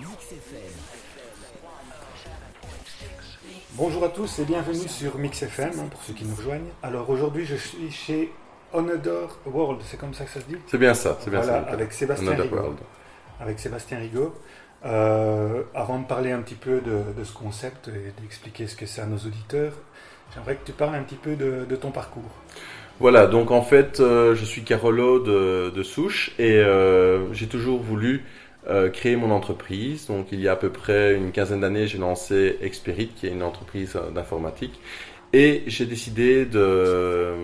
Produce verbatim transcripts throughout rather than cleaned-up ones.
Bonjour à tous et bienvenue sur Mix F M, hein, pour ceux qui nous rejoignent. Alors aujourd'hui je suis chez Another World, c'est comme ça que ça se dit? C'est bien ça, c'est bien voilà, ça. avec Sébastien Another Rigaud. World. Avec Sébastien Rigaud. Euh, avant de parler un petit peu de, de ce concept et d'expliquer ce que c'est à nos auditeurs, j'aimerais que tu parles un petit peu de, de ton parcours. Voilà, donc en fait, euh, je suis Carolo de, de souche et euh, j'ai toujours voulu euh, créer mon entreprise. Donc il y a à peu près une quinzaine d'années, j'ai lancé Experit, qui est une entreprise d'informatique, et j'ai décidé de,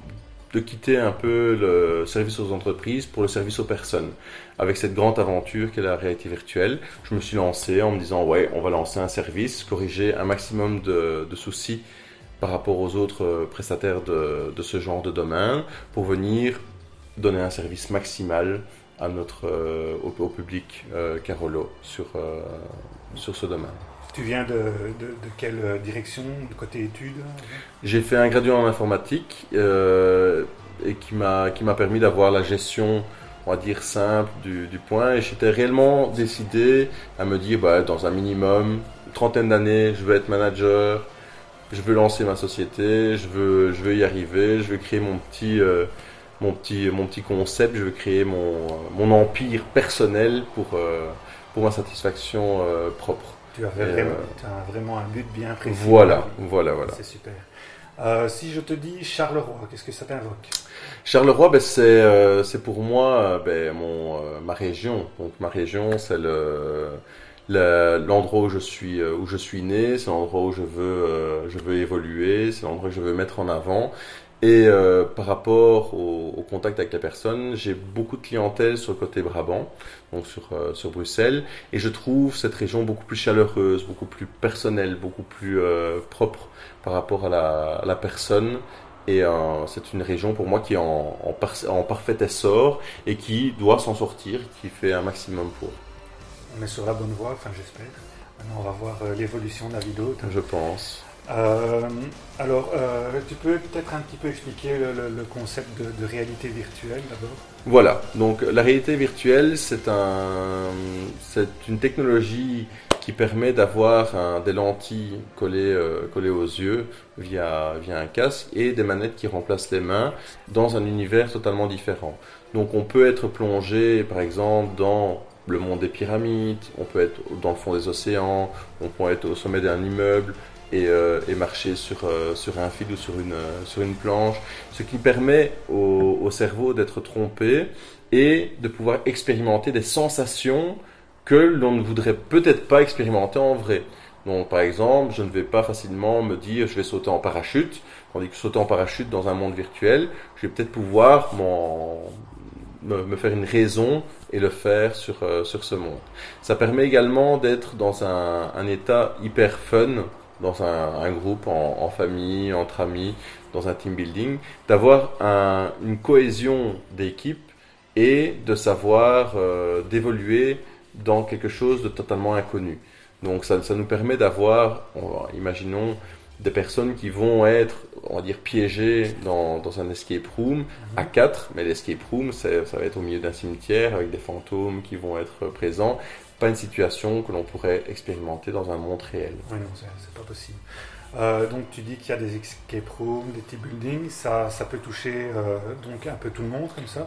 de quitter un peu le service aux entreprises pour le service aux personnes. Avec cette grande aventure qu'est la réalité virtuelle, je me suis lancé en me disant ouais, on va lancer un service, corriger un maximum de, de soucis par rapport aux autres prestataires de, de ce genre de domaine, pour venir donner un service maximal à notre, euh, au, au public euh, Carolo sur, euh, sur ce domaine. Tu viens de, de, de quelle direction, de côté études? J'ai fait un graduat en informatique euh, et qui m'a, qui m'a permis d'avoir la gestion, on va dire, simple du, du point. Et j'étais réellement décidé à me dire, bah, dans un minimum, une trentaine d'années, je veux être manager. Je veux lancer ma société, je veux, je veux y arriver, je veux créer mon petit, euh, mon petit, mon petit concept, je veux créer mon, mon empire personnel pour, euh, pour ma satisfaction euh, propre. Tu avais Et, vraiment, euh, tu as vraiment un but bien précis. Voilà, voilà, voilà. C'est super. Euh, si je te dis Charleroi, qu'est-ce que ça t'invoque? Charleroi, ben, c'est, euh, c'est pour moi ben, mon, euh, ma région. Donc ma région, c'est le... l'endroit où je suis où je suis né, c'est l'endroit où je veux euh, je veux évoluer, c'est l'endroit que je veux mettre en avant. Et euh, par rapport au, au contact avec les personnes, j'ai beaucoup de clientèle sur le côté Brabant, donc sur euh, sur Bruxelles, et je trouve cette région beaucoup plus chaleureuse, beaucoup plus personnelle, beaucoup plus euh, propre par rapport à la, à la personne. Et euh, c'est une région pour moi qui est en, en, par, en parfait essor et qui doit s'en sortir, qui fait un maximum pour. On est sur la bonne voie, enfin j'espère. Maintenant on va voir euh, l'évolution de la vidéo. Je pense. Euh, alors, euh, tu peux peut-être un petit peu expliquer le, le, le concept de, de réalité virtuelle d'abord? Voilà, donc la réalité virtuelle, c'est, un, c'est une technologie qui permet d'avoir un, des lentilles collées, euh, collées aux yeux via, via un casque et des manettes qui remplacent les mains dans un univers totalement différent. Donc on peut être plongé par exemple dans le monde des pyramides, on peut être dans le fond des océans, on peut être au sommet d'un immeuble et, euh, et marcher sur, euh, sur un fil ou sur une, euh, sur une planche, ce qui permet au, au cerveau d'être trompé et de pouvoir expérimenter des sensations que l'on ne voudrait peut-être pas expérimenter en vrai. Donc par exemple, je ne vais pas facilement me dire je vais sauter en parachute, tandis que sauter en parachute dans un monde virtuel, je vais peut-être pouvoir m'en... Me, me faire une raison et le faire sur, euh, sur ce monde. Ça permet également d'être dans un, un état hyper fun, dans un, un groupe, en, en famille, entre amis, dans un team building, d'avoir un, une cohésion d'équipe et de savoir euh, d'évoluer dans quelque chose de totalement inconnu. Donc ça, ça nous permet d'avoir, on, imaginons, des personnes qui vont être, on va dire, piégées dans, dans un escape room à quatre, mais l'escape room, c'est, ça va être au milieu d'un cimetière avec des fantômes qui vont être présents. Pas une situation que l'on pourrait expérimenter dans un monde réel. Oui, non, c'est, c'est pas possible. Euh, donc tu dis qu'il y a des escape rooms, des team building, ça, ça peut toucher euh, donc un peu tout le monde comme ça?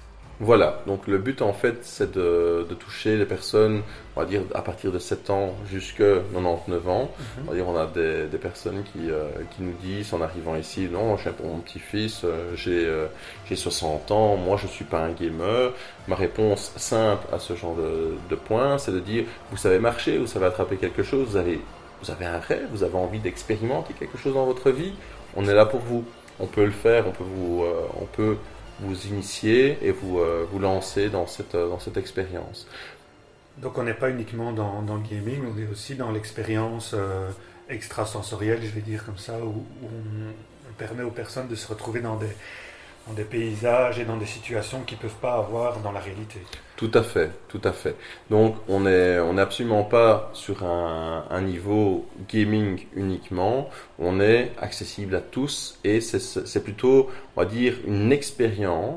Voilà, donc le but en fait c'est de, de toucher les personnes, on va dire à partir de sept ans jusqu'à quatre-vingt-dix-neuf ans. Mm-hmm. On va dire on a des, des personnes qui, euh, qui nous disent en arrivant ici, non, je suis pour mon petit-fils, euh, j'ai, euh, j'ai soixante ans, moi je suis pas un gamer. Ma réponse simple à ce genre de, de points, c'est de dire, vous savez marcher, vous savez attraper quelque chose, vous avez, vous avez un rêve, vous avez envie d'expérimenter quelque chose dans votre vie, on est là pour vous, on peut le faire, on peut vous, euh, on peut vous initier et vous, euh, vous lancer dans cette, dans cette expérience. Donc on n'est pas uniquement dans, dans le gaming, on est aussi dans l'expérience euh, extrasensorielle, je vais dire comme ça, où, où on, on permet aux personnes de se retrouver dans des, dans des paysages et dans des situations qu'ils ne peuvent pas avoir dans la réalité. Tout à fait, tout à fait. Donc on est, on n'est absolument pas sur un, un niveau gaming uniquement, on est accessible à tous et c'est, c'est plutôt, on va dire, une expérience,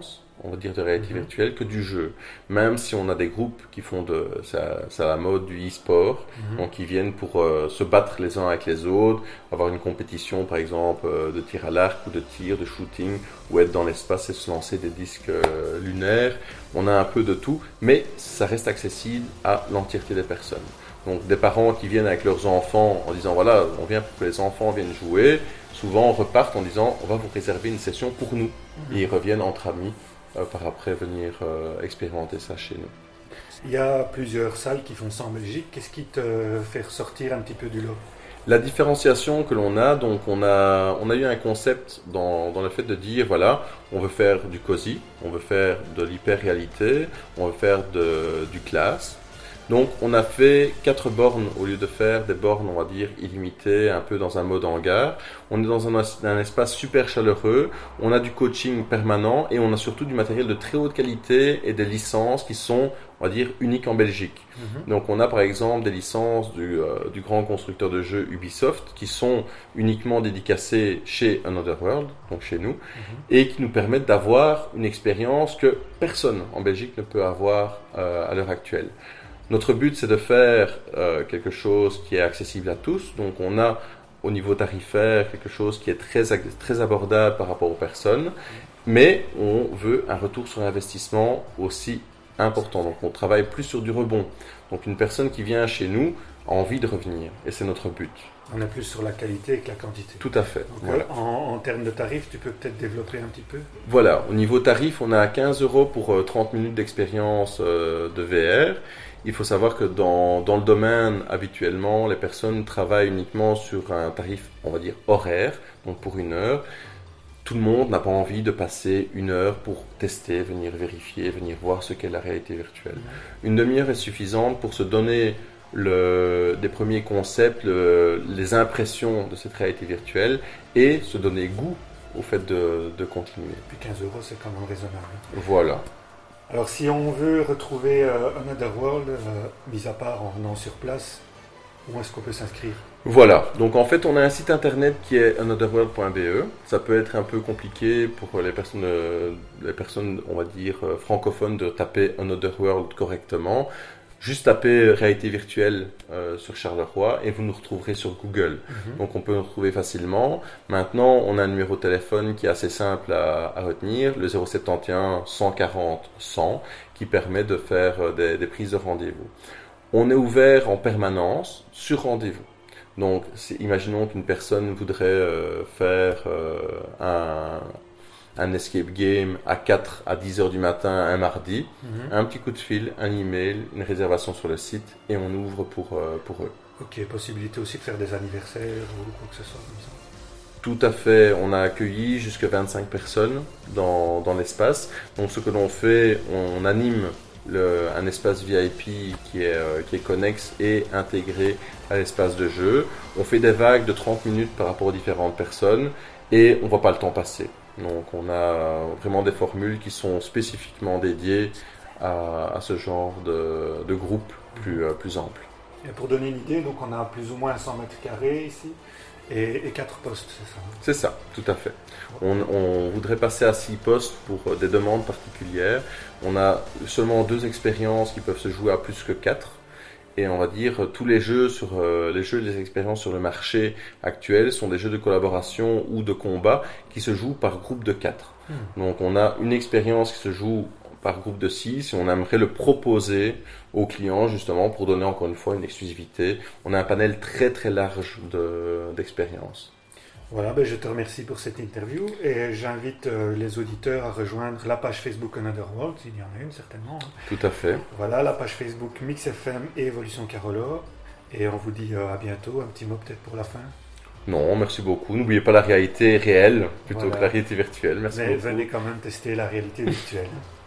on va dire, de réalité Mhm. virtuelle que du jeu. Même si on a des groupes qui font de, ça, ça à la mode du e-sport, Mhm. donc ils viennent pour euh, se battre les uns avec les autres, avoir une compétition par exemple euh, de tir à l'arc ou de tir, de shooting, ou être dans l'espace et se lancer des disques euh, lunaires. On a un peu de tout, mais ça reste accessible à l'entièreté des personnes. Donc des parents qui viennent avec leurs enfants en disant voilà, on vient pour que les enfants viennent jouer, souvent repartent en disant on va vous réserver une session pour nous. Et ils reviennent entre amis euh, par après venir euh, expérimenter ça chez nous. Il y a plusieurs salles qui font ça en Belgique. Qu'est-ce qui te fait ressortir un petit peu du lot? La différenciation que l'on a, donc on a, on a eu un concept dans, dans le fait de dire voilà, on veut faire du cosy, on veut faire de l'hyper-réalité, on veut faire de, du class. Donc on a fait quatre bornes au lieu de faire des bornes, on va dire, illimitées, un peu dans un mode hangar. On est dans un, un espace super chaleureux, on a du coaching permanent et on a surtout du matériel de très haute qualité et des licences qui sont, on va dire, uniques en Belgique. Mhm. Donc on a par exemple des licences du, euh, du grand constructeur de jeux Ubisoft qui sont uniquement dédicacées chez Another World, donc chez nous, Mhm. et qui nous permettent d'avoir une expérience que personne en Belgique ne peut avoir euh, à l'heure actuelle. Notre but, c'est de faire euh, quelque chose qui est accessible à tous. Donc, on a au niveau tarifaire quelque chose qui est très, très abordable par rapport aux personnes, mais on veut un retour sur investissement aussi important. Donc, on travaille plus sur du rebond. Donc, une personne qui vient chez nous a envie de revenir, et c'est notre but. On est plus sur la qualité que la quantité. Tout à fait. Donc, Voilà. en, en termes de tarifs, tu peux peut-être développer un petit peu? Voilà, au niveau tarif, on a quinze euros pour euh, trente minutes d'expérience euh, de V R. Il faut savoir que dans, dans le domaine, habituellement, les personnes travaillent uniquement sur un tarif, on va dire, horaire, donc pour une heure. Tout le monde n'a pas envie de passer une heure pour tester, venir vérifier, venir voir ce qu'est la réalité virtuelle. Une demi-heure est suffisante pour se donner le, des premiers concepts, le, les impressions de cette réalité virtuelle et se donner goût au fait de, de continuer. Puis quinze euros, c'est quand même raisonnable. Voilà. Alors, si on veut retrouver euh, Another World, euh, mis à part en venant sur place, où est-ce qu'on peut s'inscrire? Voilà, donc en fait on a un site internet qui est another world point b e. Ça peut être un peu compliqué pour les personnes, euh, les personnes on va dire euh, francophones de taper Another World correctement. Juste taper réalité virtuelle euh, sur Charleroi et vous nous retrouverez sur Google. Mhm. Donc on peut nous retrouver facilement. Maintenant on a un numéro de téléphone qui est assez simple à, à retenir, le zéro sept un cent quarante cent, qui permet de faire euh, des, des prises de rendez-vous. On est ouvert en permanence sur rendez-vous. Donc, c'est, imaginons qu'une personne voudrait euh, faire euh, un, un escape game à quatre à dix heures du matin un mardi, Mhm. un petit coup de fil, un email, une réservation sur le site et on ouvre pour, euh, pour eux. Ok, possibilité aussi de faire des anniversaires ou quoi que ce soit comme ça. Tout à fait, on a accueilli jusqu'à vingt-cinq personnes dans, dans l'espace. Donc, ce que l'on fait, on anime Le, un espace V I P qui est, euh, qui est connexe et intégré à l'espace de jeu. On fait des vagues de trente minutes par rapport aux différentes personnes et on ne voit pas le temps passer. Donc on a vraiment des formules qui sont spécifiquement dédiées à, à ce genre de, de groupe plus, euh, plus ample. Et pour donner une idée, donc on a plus ou moins cent mètres carrés ici et, et quatre postes, c'est ça? C'est ça, tout à fait. On, on voudrait passer à six postes pour euh, des demandes particulières. On a seulement deux expériences qui peuvent se jouer à plus que quatre. Et on va dire tous les jeux sur euh, les jeux et les expériences sur le marché actuel sont des jeux de collaboration ou de combat qui se jouent par groupe de quatre. Hmm. Donc on a une expérience qui se joue par groupe de six et on aimerait le proposer aux clients justement pour donner encore une fois une exclusivité. On a un panel très très large de, d'expériences. Voilà, ben je te remercie pour cette interview et j'invite euh, les auditeurs à rejoindre la page Facebook Another World, s'il y en a une certainement. Hein. Tout à fait. Voilà, la page Facebook Mix F M et Evolution Carola. Et on vous dit euh, à bientôt. Un petit mot peut-être pour la fin. Non, merci beaucoup. N'oubliez pas la réalité réelle plutôt Voilà. que la réalité virtuelle. Merci Mais beaucoup. venez quand même tester la réalité virtuelle.